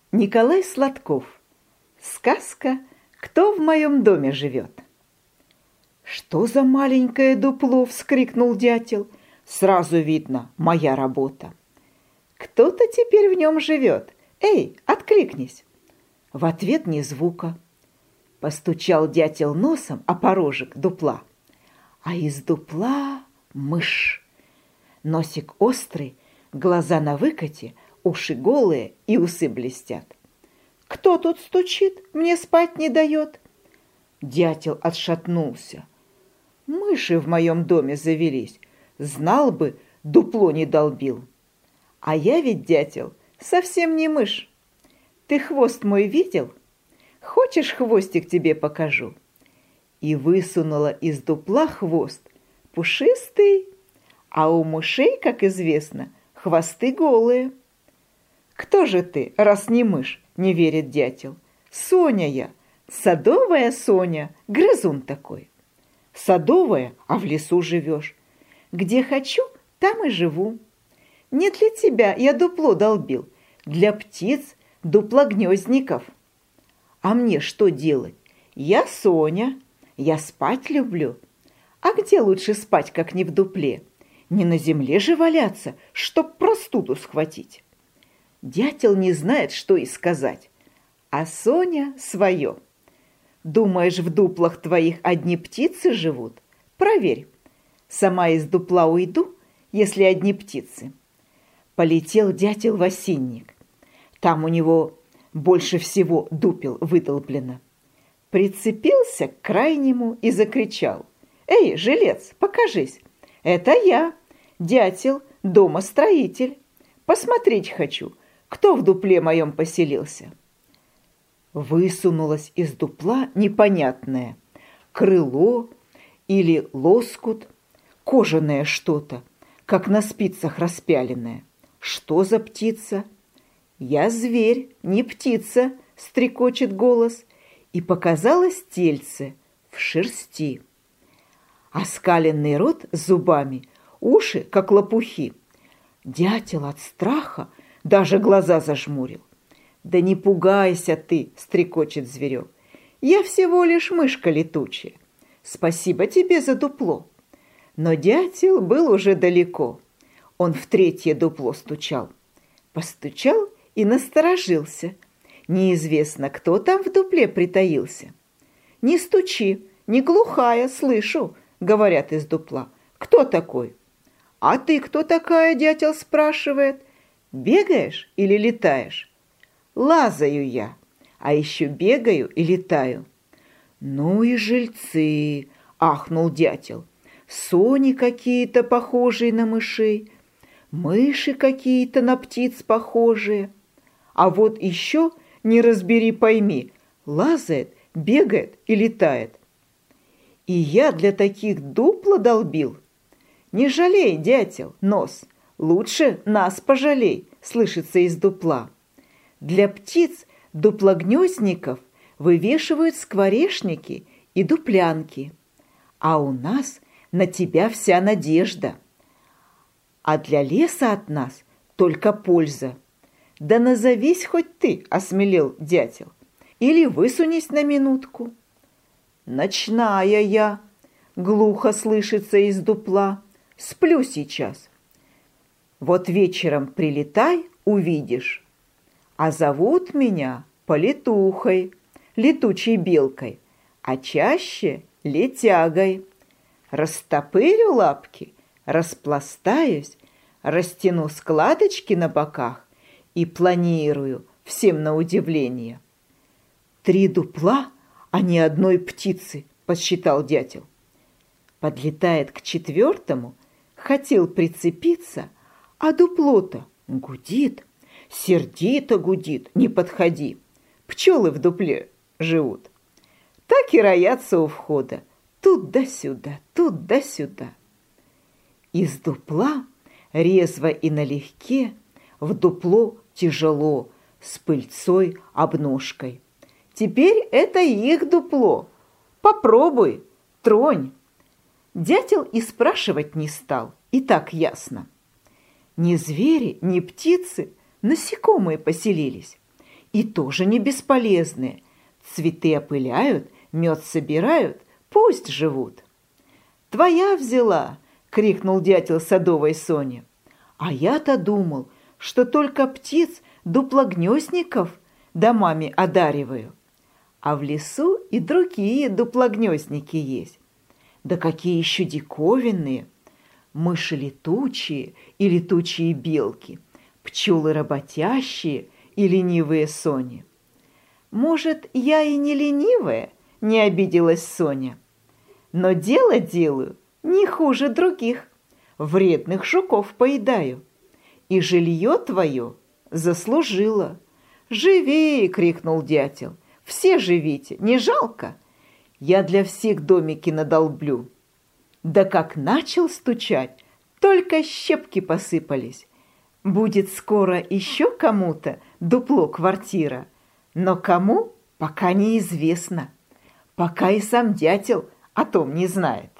Николай Сладков. Сказка «Кто в моем доме живет?» «Что за маленькое дупло?» — вскрикнул дятел. «Сразу видно, моя работа». «Кто-то теперь в нем живет. Эй, откликнись!» В ответ ни звука. Постучал дятел носом о порожек дупла. А из дупла мышь. Носик острый, глаза на выкате, уши голые и усы блестят. «Кто тут стучит? Мне спать не дает!» Дятел отшатнулся. «Мыши в моем доме завелись. Знал бы, дупло не долбил. А я ведь, дятел, совсем не мышь. Ты хвост мой видел? Хочешь, хвостик тебе покажу?» И высунула из дупла хвост, пушистый, а у мышей, как известно, хвосты голые. «Кто же ты, раз не мышь?» — не верит дятел. «Соня я, садовая Соня, грызун такой». «Садовая, а в лесу живешь. Где хочу, там и живу. Не для тебя я дупло долбил, для птиц, дуплогнездников. А мне что делать? Я Соня, я спать люблю. А где лучше спать, как не в дупле? Не на земле же валяться, чтоб простуду схватить». Дятел не знает, что и сказать, а Соня свое. «Думаешь, в дуплах твоих одни птицы живут? Проверь. Сама из дупла уйду, если одни птицы». Полетел дятел в осинник. Там у него больше всего дупел выдолблено. Прицепился к крайнему и закричал: «Эй, жилец, покажись! Это я, дятел, домостроитель. Посмотреть хочу, кто в дупле моем поселился». Высунулось из дупла непонятное крыло или лоскут, кожаное что-то, как на спицах распяленное. Что за птица? «Я зверь, не птица», — стрекочет голос, и показалось тельце в шерсти. Оскаленный рот с зубами, уши, как лопухи. Дятел от страха даже глаза зажмурил. «Да не пугайся ты», — стрекочет зверек, «я всего лишь мышка летучая. Спасибо тебе за дупло». Но дятел был уже далеко. Он в третье дупло стучал. Постучал и насторожился. Неизвестно, кто там в дупле притаился. «Не стучи, не глухая, слышу», — говорят из дупла. «Кто такой?» «А ты кто такая?» — дятел спрашивает. «Бегаешь или летаешь?» «Лазаю я, а еще бегаю и летаю». «Ну и жильцы!» — ахнул дятел. «Сони какие-то похожие на мышей, мыши какие-то на птиц похожие. А вот еще, не разбери пойми, лазает, бегает и летает. И я для таких дупла долбил. Не жалей, дятел, нос, лучше нас пожалей», — слышится из дупла. «Для птиц дуплогнездников вывешивают скворечники и дуплянки, а у нас на тебя вся надежда. А для леса от нас только польза. Да назовись хоть ты», — осмелел дятел, «или высунись на минутку». «Ночная я», — глухо слышится из дупла, «сплю сейчас». «Вот вечером прилетай, увидишь. А зовут меня Полетухой, летучей белкой, а чаще летягой. Растопырю лапки, распластаюсь, растяну складочки на боках и планирую, всем на удивление». «3 дупла, а ни одной птицы», — подсчитал дятел. Подлетает к 4-му, хотел прицепиться, а дупло-то гудит, сердито гудит, не подходи. Пчелы в дупле живут. Так и роятся у входа, тут да сюда, тут да сюда. Из дупла резво и налегке, в дупло тяжело, с пыльцой обножкой. Теперь это их дупло. Попробуй, тронь. Дятел и спрашивать не стал, и так ясно. Ни звери, ни птицы, насекомые поселились. и тоже не бесполезные. Цветы опыляют, мед собирают, пусть живут. «Твоя взяла!» — крикнул дятел садовой Соне. «А я-то думал, что только птиц дуплогнездников домами одариваю. А в лесу и другие дуплогнездники есть. Да какие еще диковинные! Мыши летучие и летучие белки, пчелы работящие и ленивые Сони». «Может, я и не ленивая?» — не обиделась Соня. «Но дело делаю не хуже других. Вредных жуков поедаю. И жилье твое заслужила». «Живи!» — крикнул дятел. «Все живите, не жалко? Я для всех домики надолблю». Да как начал стучать, только щепки посыпались. Будет скоро еще кому-то дупло-квартира, но кому, пока неизвестно. Пока и сам дятел о том не знает.